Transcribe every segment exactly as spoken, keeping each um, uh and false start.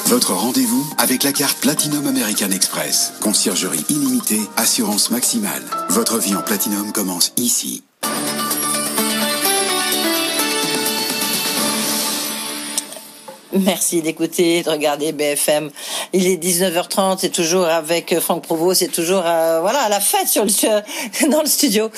Votre rendez-vous avec la carte Platinum American Express. Conciergerie illimitée, assurance maximale. Votre vie en Platinum commence ici. Merci d'écouter, de regarder B F M. Il est dix-neuf heures trente, c'est toujours avec Franck Provost, c'est toujours euh, voilà à la fête sur le dans le studio.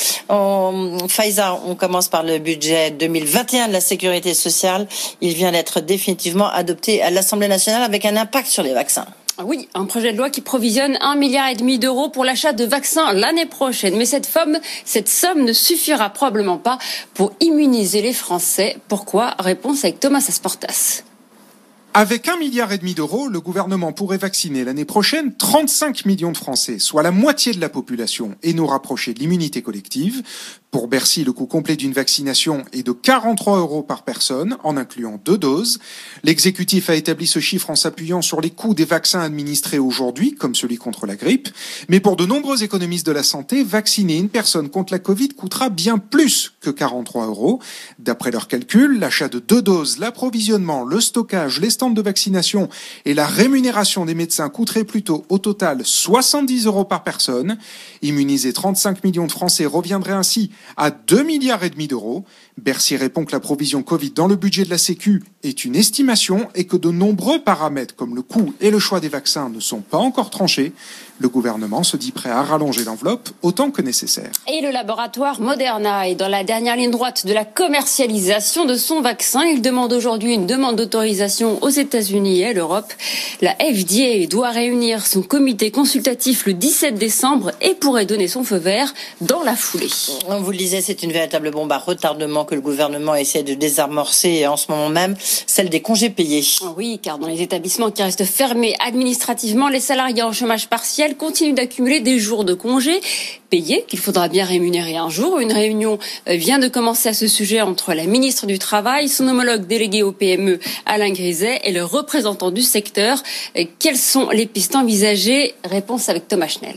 On, Faiza, on commence par le budget deux mille vingt et un de la sécurité sociale. Il vient d'être définitivement adopté à l'Assemblée nationale avec un impact sur les vaccins. Oui, un projet de loi qui provisionne un milliard et demi d'euros pour l'achat de vaccins l'année prochaine. Mais cette somme, cette somme ne suffira probablement pas pour immuniser les Français. Pourquoi? Réponse avec Thomas Asportas. Avec un milliard et demi d'euros, le gouvernement pourrait vacciner l'année prochaine trente-cinq millions de Français, soit la moitié de la population, et nous rapprocher de l'immunité collective. Pour Bercy, le coût complet d'une vaccination est de quarante-trois euros par personne, en incluant deux doses. L'exécutif a établi ce chiffre en s'appuyant sur les coûts des vaccins administrés aujourd'hui, comme celui contre la grippe. Mais pour de nombreux économistes de la santé, vacciner une personne contre la Covid coûtera bien plus que quarante-trois euros. D'après leurs calculs, l'achat de deux doses, l'approvisionnement, le stockage, les stands de vaccination et la rémunération des médecins coûterait plutôt au total soixante-dix euros par personne. Immuniser trente-cinq millions de Français reviendrait ainsi à deux milliards et demi d'euros. Bercy répond que la provision Covid dans le budget de la Sécu est une estimation et que de nombreux paramètres comme le coût et le choix des vaccins ne sont pas encore tranchés. Le gouvernement se dit prêt à rallonger l'enveloppe autant que nécessaire. Et le laboratoire Moderna est dans la dernière ligne droite de la commercialisation de son vaccin. Il demande aujourd'hui une demande d'autorisation aux États-Unis et à l'Europe. La F D A doit réunir son comité consultatif le dix-sept décembre et pourrait donner son feu vert dans la foulée. On vous le disait, c'est une véritable bombe à retardement que le gouvernement essaie de désamorcer en ce moment même, celle des congés payés. Oui, car dans les établissements qui restent fermés administrativement, les salariés en chômage partiel continuent d'accumuler des jours de congés payés qu'il faudra bien rémunérer un jour. Une réunion vient de commencer à ce sujet entre la ministre du Travail, son homologue délégué au P M E, Alain Griset, et le représentant du secteur. Quelles sont les pistes envisagées? Réponse avec Thomas Schnell.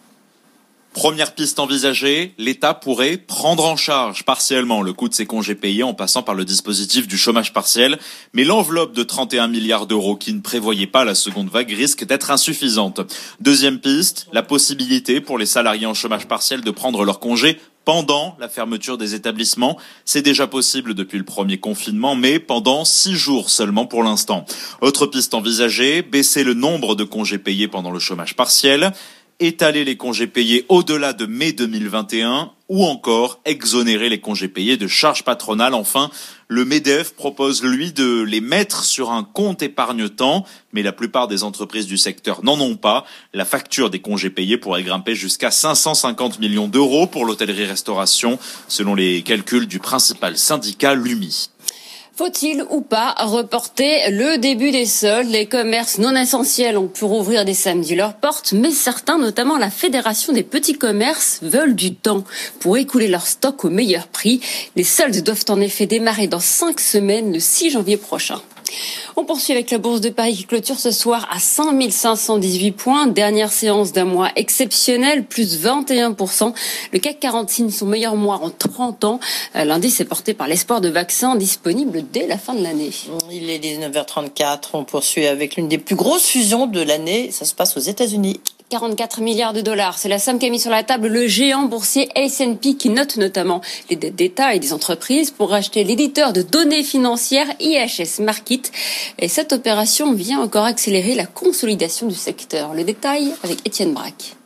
Première piste envisagée, l'État pourrait prendre en charge partiellement le coût de ses congés payés en passant par le dispositif du chômage partiel. Mais l'enveloppe de trente et un milliards d'euros qui ne prévoyait pas la seconde vague risque d'être insuffisante. Deuxième piste, la possibilité pour les salariés en chômage partiel de prendre leurs congés pendant la fermeture des établissements. C'est déjà possible depuis le premier confinement, mais pendant six jours seulement pour l'instant. Autre piste envisagée, baisser le nombre de congés payés pendant le chômage partiel, étaler les congés payés au-delà de mai deux mille vingt et un ou encore exonérer les congés payés de charges patronales. Enfin, le MEDEF propose, lui, de les mettre sur un compte épargne-temps, mais la plupart des entreprises du secteur n'en ont pas. La facture des congés payés pourrait grimper jusqu'à cinq cent cinquante millions d'euros pour l'hôtellerie-restauration, selon les calculs du principal syndicat l'U M I. Faut-il ou pas reporter le début des soldes? Les commerces non essentiels ont pu rouvrir dès samedi leurs portes, mais certains, notamment la Fédération des petits commerces, veulent du temps pour écouler leur stock au meilleur prix. Les soldes doivent en effet démarrer dans cinq semaines, le six janvier prochain. On poursuit avec la Bourse de Paris qui clôture ce soir à cinq mille cinq cent dix-huit points. Dernière séance d'un mois exceptionnel, plus vingt et un pour cent. Le C A C quarante signe son meilleur mois en trente ans. L'indice est porté par l'espoir de vaccins disponibles dès la fin de l'année. Il est dix-neuf heures trente-quatre. On poursuit avec l'une des plus grosses fusions de l'année. Ça se passe aux États-Unis. quarante-quatre milliards de dollars, c'est la somme qu'a mis sur la table le géant boursier S and P qui note notamment les dettes d'État et des entreprises pour racheter l'éditeur de données financières I H S Markit. Et cette opération vient encore accélérer la consolidation du secteur. Le détail avec Étienne Braque.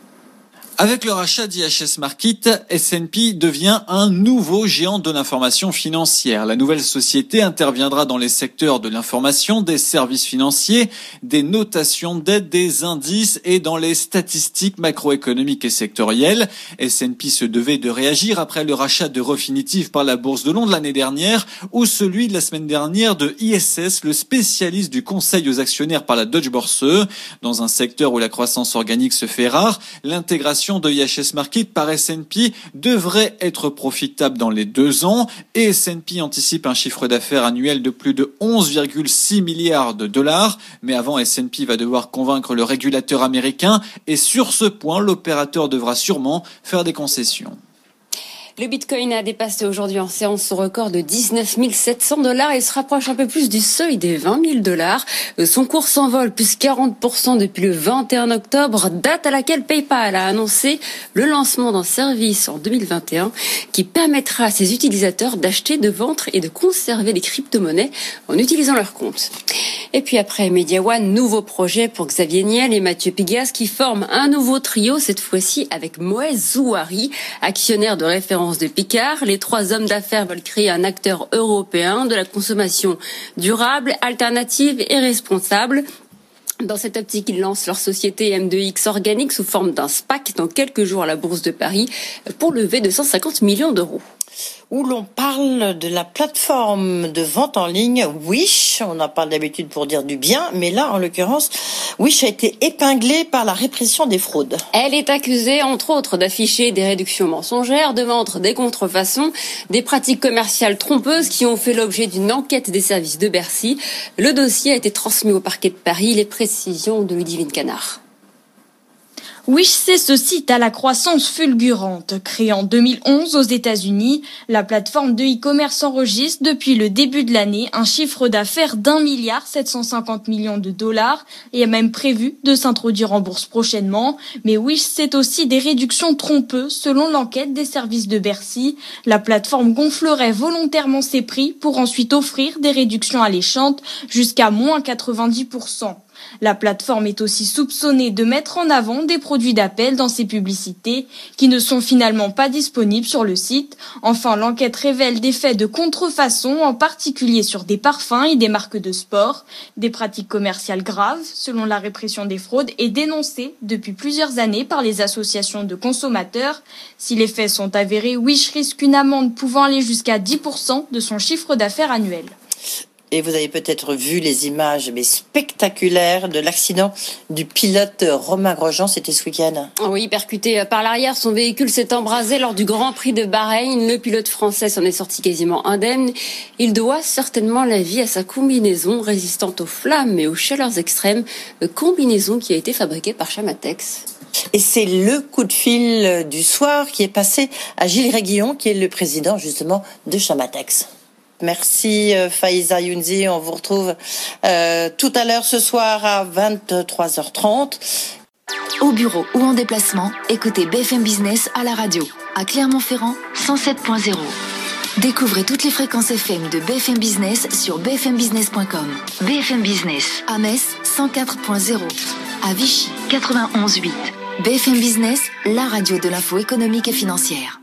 Avec le rachat d'I H S Markit, S and P devient un nouveau géant de l'information financière. La nouvelle société interviendra dans les secteurs de l'information, des services financiers, des notations d'aide, des indices et dans les statistiques macroéconomiques et sectorielles. S and P se devait de réagir après le rachat de Refinitiv par la Bourse de Londres l'année dernière ou celui de la semaine dernière de I S S, le spécialiste du conseil aux actionnaires par la Deutsche Börse. Dans un secteur où la croissance organique se fait rare, l'intégration de I H S Markit par S and P devrait être profitable dans les deux ans et S and P anticipe un chiffre d'affaires annuel de plus de onze virgule six milliards de dollars. Mais avant, S and P va devoir convaincre le régulateur américain et sur ce point, l'opérateur devra sûrement faire des concessions. Le Bitcoin a dépassé aujourd'hui en séance son record de dix-neuf mille sept cents dollars et se rapproche un peu plus du seuil des vingt mille dollars. Son cours s'envole plus quarante pour cent depuis le vingt et un octobre, date à laquelle PayPal a annoncé le lancement d'un service en deux mille vingt et un qui permettra à ses utilisateurs d'acheter, de vendre et de conserver des crypto-monnaies en utilisant leur compte. Et puis après Media One, nouveau projet pour Xavier Niel et Mathieu Pigas qui forment un nouveau trio, cette fois-ci avec Moez Zouari, actionnaire de référence de Picard. Les trois hommes d'affaires veulent créer un acteur européen de la consommation durable, alternative et responsable. Dans cette optique, ils lancent leur société M deux X Organic sous forme d'un SPAC dans quelques jours à la Bourse de Paris pour lever deux cent cinquante millions d'euros. Où l'on parle de la plateforme de vente en ligne Wish. On en parle d'habitude pour dire du bien, mais là, en l'occurrence, Wish a été épinglée par la répression des fraudes. Elle est accusée, entre autres, d'afficher des réductions mensongères, de vendre des contrefaçons, des pratiques commerciales trompeuses qui ont fait l'objet d'une enquête des services de Bercy. Le dossier a été transmis au parquet de Paris. Les précisions de Ludivine Canard. Wish, c'est ce site à la croissance fulgurante. Créé en deux mille onze aux États-Unis, la plateforme de e-commerce enregistre depuis le début de l'année un chiffre d'affaires d'un milliard sept cent cinquante millions de dollars et a même prévu de s'introduire en bourse prochainement. Mais Wish, c'est aussi des réductions trompeuses. Selon l'enquête des services de Bercy, la plateforme gonflerait volontairement ses prix pour ensuite offrir des réductions alléchantes jusqu'à moins quatre-vingt-dix pour cent. La plateforme est aussi soupçonnée de mettre en avant des produits d'appel dans ses publicités qui ne sont finalement pas disponibles sur le site. Enfin, l'enquête révèle des faits de contrefaçon, en particulier sur des parfums et des marques de sport. Des pratiques commerciales graves, selon la répression des fraudes, et dénoncées depuis plusieurs années par les associations de consommateurs. Si les faits sont avérés, Wish risque une amende pouvant aller jusqu'à dix pour cent de son chiffre d'affaires annuel. Et vous avez peut-être vu les images mais spectaculaires de l'accident du pilote Romain Grosjean, c'était ce week-end. Oui, percuté par l'arrière, son véhicule s'est embrasé lors du Grand Prix de Bahreïn. Le pilote français s'en est sorti quasiment indemne. Il doit certainement la vie à sa combinaison résistante aux flammes et aux chaleurs extrêmes, combinaison qui a été fabriquée par Chamatex. Et c'est le coup de fil du soir qui est passé à Gilles Réguillon, qui est le président justement de Chamatex. Merci Faiza Younzi, on vous retrouve euh, tout à l'heure ce soir à vingt-trois heures trente. Au bureau ou en déplacement, écoutez B F M Business à la radio. À Clermont-Ferrand, cent sept point zéro. Découvrez toutes les fréquences F M de B F M Business sur b f m business point com. B F M Business à Metz, cent quatre point zéro. À Vichy, quatre-vingt-onze virgule huit. B F M Business, la radio de l'info économique et financière.